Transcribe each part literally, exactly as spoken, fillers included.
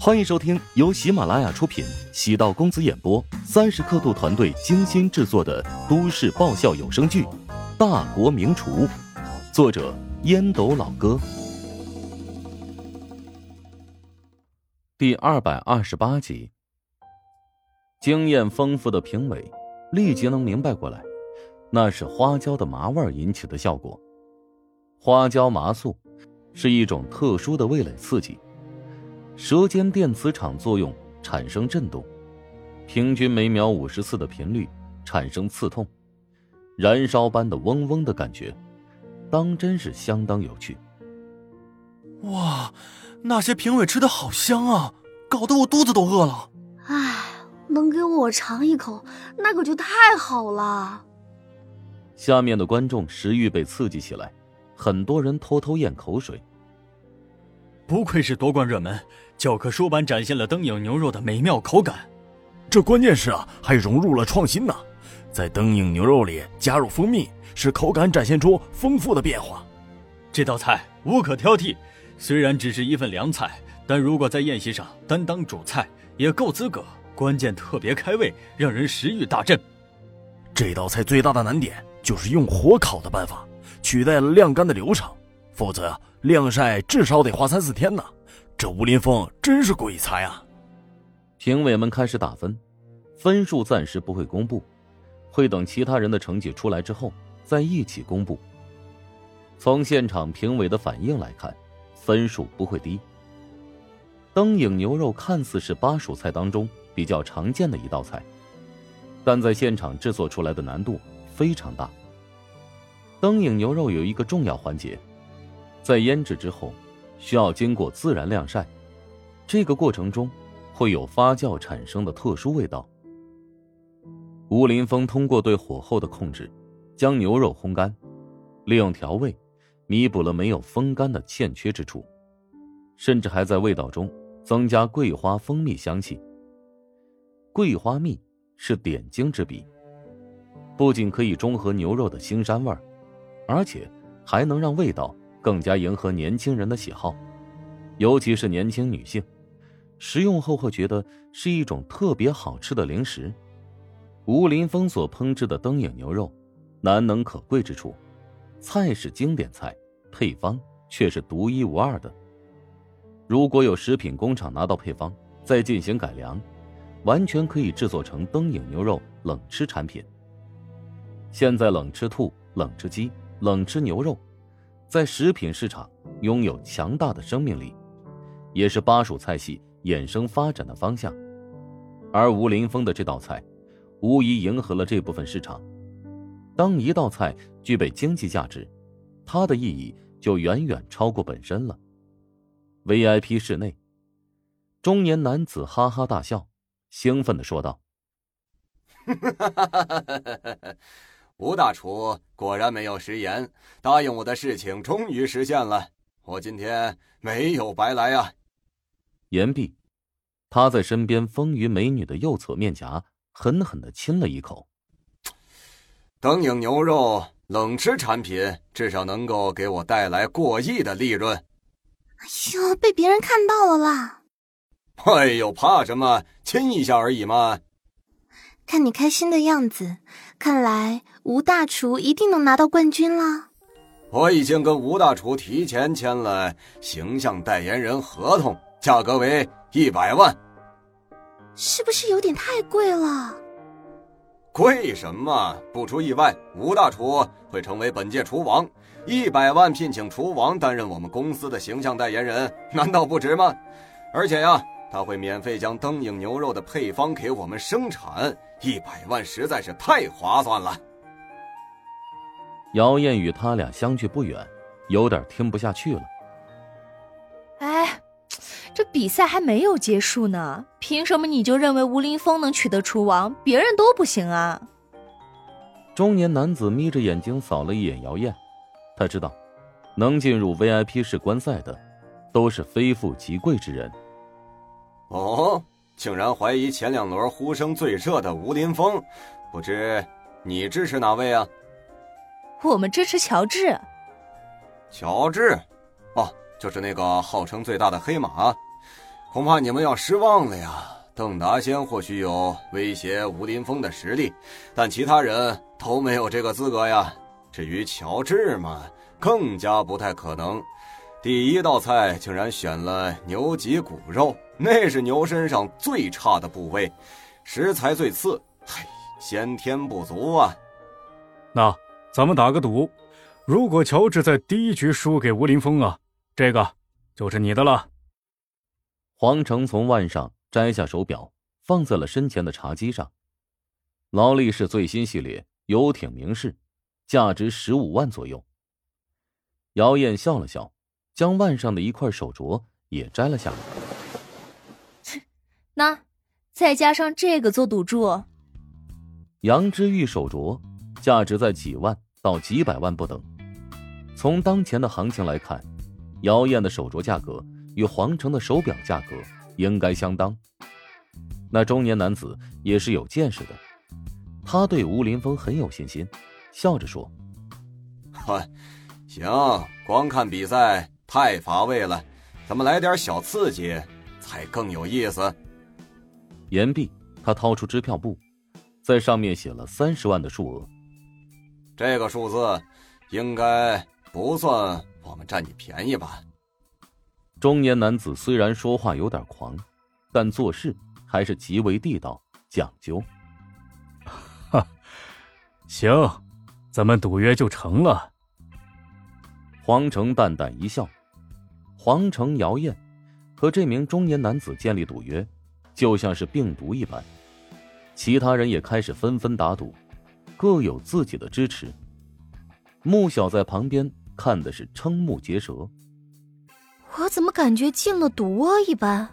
欢迎收听由喜马拉雅出品，喜道公子演播，三十刻度团队精心制作的都市爆笑有声剧《大国名厨》，作者烟斗老哥。第二百二十八集。经验丰富的评委立即能明白过来，那是花椒的麻味引起的效果。花椒麻素是一种特殊的味蕾刺激，舌尖电磁场作用产生震动，平均每秒五十次的频率产生刺痛，燃烧般的嗡嗡的感觉，当真是相当有趣。 哇，那些评委吃的好香啊，搞得我肚子都饿了。 唉，能给我尝一口，那可就太好了。 下面的观众食欲被刺激起来，很多人偷偷咽口水。 不愧是夺冠热门，教科书般展现了灯影牛肉的美妙口感。 这关键是啊，还融入了创新呢，在灯影牛肉里加入蜂蜜，使口感展现出丰富的变化。 这道菜无可挑剔，虽然只是一份凉菜，但如果在宴席上担当主菜也够资格，关键特别开胃，让人食欲大振。 这道菜最大的难点就是用火烤的办法取代了晾干的流程，否则晾晒至少得花三四天呢。这吴林峰真是鬼才啊！ 评委们开始打分，分数暂时不会公布，会等其他人的成绩出来之后再一起公布。从现场评委的反应来看，分数不会低。灯影牛肉看似是巴蜀菜当中比较常见的一道菜，但在现场制作出来的难度非常大。灯影牛肉有一个重要环节，在腌制之后需要经过自然晾晒，这个过程中会有发酵产生的特殊味道。吴林峰通过对火候的控制，将牛肉烘干，利用调味弥补了没有风干的欠缺之处，甚至还在味道中增加桂花蜂蜜香气。桂花蜜是点睛之笔，不仅可以中和牛肉的腥膻味，而且还能让味道更加迎合年轻人的喜好，尤其是年轻女性，食用后会觉得是一种特别好吃的零食。吴林峰所烹制的灯影牛肉难能可贵之处，菜是经典菜，配方却是独一无二的。如果有食品工厂拿到配方再进行改良，完全可以制作成灯影牛肉冷吃产品。现在冷吃兔、冷吃鸡、冷吃牛肉在食品市场拥有强大的生命力，也是巴蜀菜系衍生发展的方向。而吴林峰的这道菜无疑迎合了这部分市场。当一道菜具备经济价值，它的意义就远远超过本身了。 V I P 室内，中年男子哈哈大笑，兴奋地说道： 吴大厨果然没有食言，答应我的事情终于实现了，我今天没有白来啊。 言毕，他在身边丰腴美女的右侧面颊狠狠地亲了一口。 灯影牛肉冷吃产品至少能够给我带来过亿的利润。 哎呦，被别人看到了啦！ 哎呦，怕什么？亲一下而已嘛。 看你开心的样子，看来吴大厨一定能拿到冠军啦。 我已经跟吴大厨提前签了形象代言人合同，价格为一百万。 是不是有点太贵了？ 贵什么？不出意外，吴大厨会成为本届厨王。一百万聘请厨王担任我们公司的形象代言人，难道不值吗？而且呀，他会免费将灯影牛肉的配方给我们生产，一百万实在是太划算了。 姚燕与他俩相距不远，有点听不下去了。 哎，这比赛还没有结束呢，凭什么你就认为吴林峰能取得厨王，别人都不行啊？ 中年男子眯着眼睛扫了一眼姚燕，他知道能进入 V I P 室观赛的都是非富即贵之人。 哦，竟然怀疑前两轮呼声最热的吴林峰，不知你支持哪位啊？ 我们支持乔治。 乔治？哦，就是那个号称最大的黑马。 恐怕你们要失望了呀。邓达先或许有威胁吴林峰的实力，但其他人都没有这个资格呀。至于乔治嘛，更加不太可能。第一道菜竟然选了牛脊骨肉，那是牛身上最差的部位，食材最次，嘿，先天不足啊。 那咱们打个赌，如果乔治在第一局输给吴林峰啊，这个就是你的了。 黄成从腕上摘下手表，放在了身前的茶几上。劳力士最新系列游艇明式，价值十五万左右。姚燕笑了笑，将腕上的一块手镯也摘了下来。 那再加上这个做赌注。 羊脂玉手镯价值在几万到几百万不等。从当前的行情来看，姚燕的手镯价格与黄成的手表价格应该相当。那中年男子也是有见识的，他对吴林峰很有信心，笑着说： 嗨，行，光看比赛太乏味了，咱们来点小刺激才更有意思。 言毕，他掏出支票簿，在上面写了三十万的数额。 这个数字应该不算我们占你便宜吧？ 中年男子虽然说话有点狂，但做事还是极为地道讲究。 哈，行，咱们赌约就成了。 黄成淡淡一笑。黄成、姚燕和这名中年男子建立赌约，就像是病毒一般。其他人也开始纷纷打赌，各有自己的支持。穆小在旁边看的是瞠目结舌。 我怎么感觉进了毒窝一般？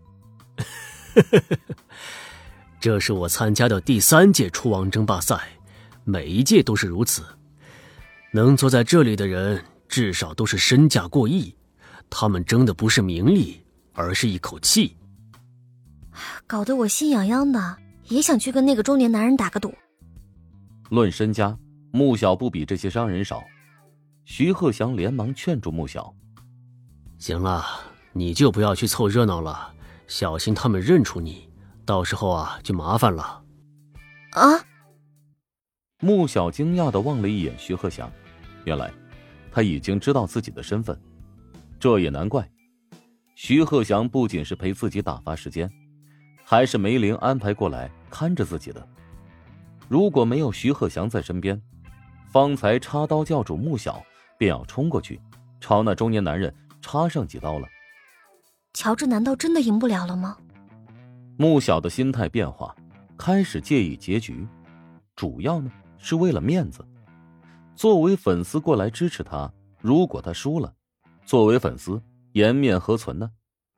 这是我参加的第三届厨王争霸赛，每一届都是如此。能坐在这里的人，至少都是身价过亿，他们争的不是名利，而是一口气。 搞得我心痒痒的，也想去跟那个中年男人打个赌。 论身家，穆小不比这些商人少。徐鹤祥连忙劝住穆小： 行了，你就不要去凑热闹了，小心他们认出你，到时候啊就麻烦了。 啊！ 穆小惊讶地望了一眼徐鹤祥，原来他已经知道自己的身份。这也难怪，徐鹤祥不仅是陪自己打发时间，还是梅玲安排过来看着自己的。如果没有徐鹤祥在身边，方才插刀教主穆小便要冲过去朝那中年男人插上几刀了。 乔治难道真的赢不了了吗？ 穆小的心态变化，开始介意结局，主要呢是为了面子。作为粉丝过来支持他，如果他输了，作为粉丝颜面何存呢？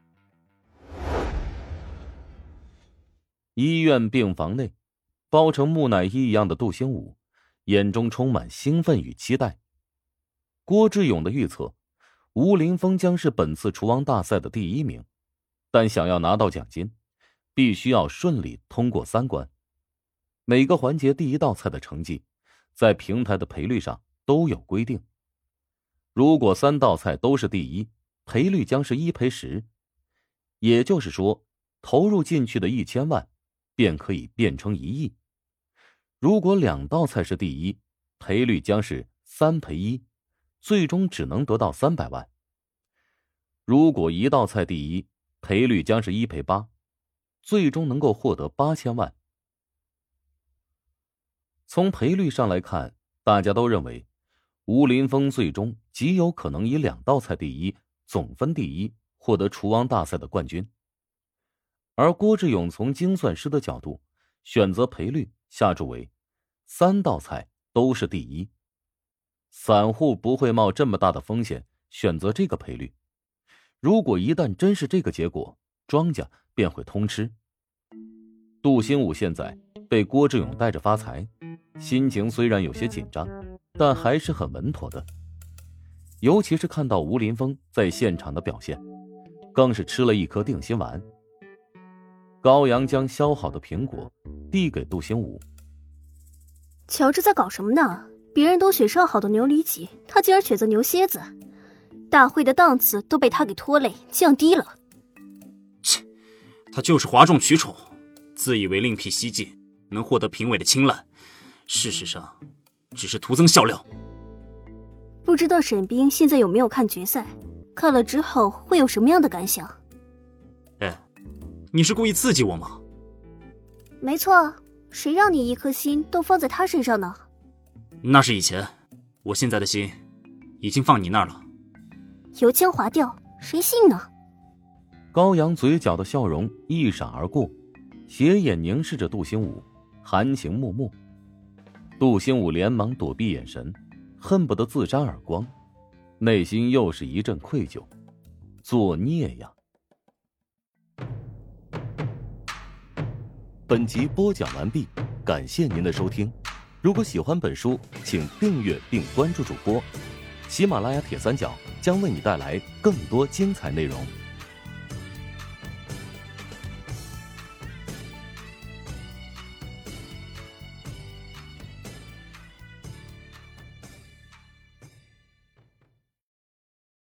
医院病房内，包成木乃伊一样的杜兴武眼中充满兴奋与期待。郭志勇的预测，吴林峰将是本次厨王大赛的第一名，但想要拿到奖金，必须要顺利通过三关。每个环节第一道菜的成绩，在平台的赔率上都有规定。如果三道菜都是第一，赔率将是一赔十，也就是说，投入进去的一千万，便可以变成一亿。如果两道菜是第一，赔率将是三赔一，最终只能得到三百万。如果一道菜第一，赔率将是一赔八，最终能够获得八千万。从赔率上来看，大家都认为吴林峰最终极有可能以两道菜第一、总分第一获得厨王大赛的冠军。而郭志勇从精算师的角度选择赔率下注为三道菜都是第一。散户不会冒这么大的风险选择这个赔率，如果一旦真是这个结果，庄家便会通吃。杜兴武现在被郭志勇带着发财，心情虽然有些紧张，但还是很稳妥的。尤其是看到吴林峰在现场的表现，更是吃了一颗定心丸。高阳将削好的苹果递给杜兴武。 乔治在搞什么呢？别人都选上好的牛里脊，他竟然选择牛蝎子，大会的档次都被他给拖累降低了。 切， 他就是哗众取宠，自以为另辟蹊径，能获得评委的青睐，事实上只是徒增笑料。 不知道沈冰现在有没有看决赛，看了之后会有什么样的感想？ 哎，你是故意刺激我吗？ 没错，谁让你一颗心都放在他身上呢？ 那是以前，我现在的心已经放你那儿了。 油腔滑调，谁信呢？ 高阳嘴角的笑容一闪而过，斜眼凝视着杜兴武，含情脉脉。杜兴武连忙躲避眼神，恨不得自扇耳光，内心又是一阵愧疚，作孽呀！本集播讲完毕，感谢您的收听。如果喜欢本书，请订阅并关注主播。喜马拉雅铁三角将为你带来更多精彩内容。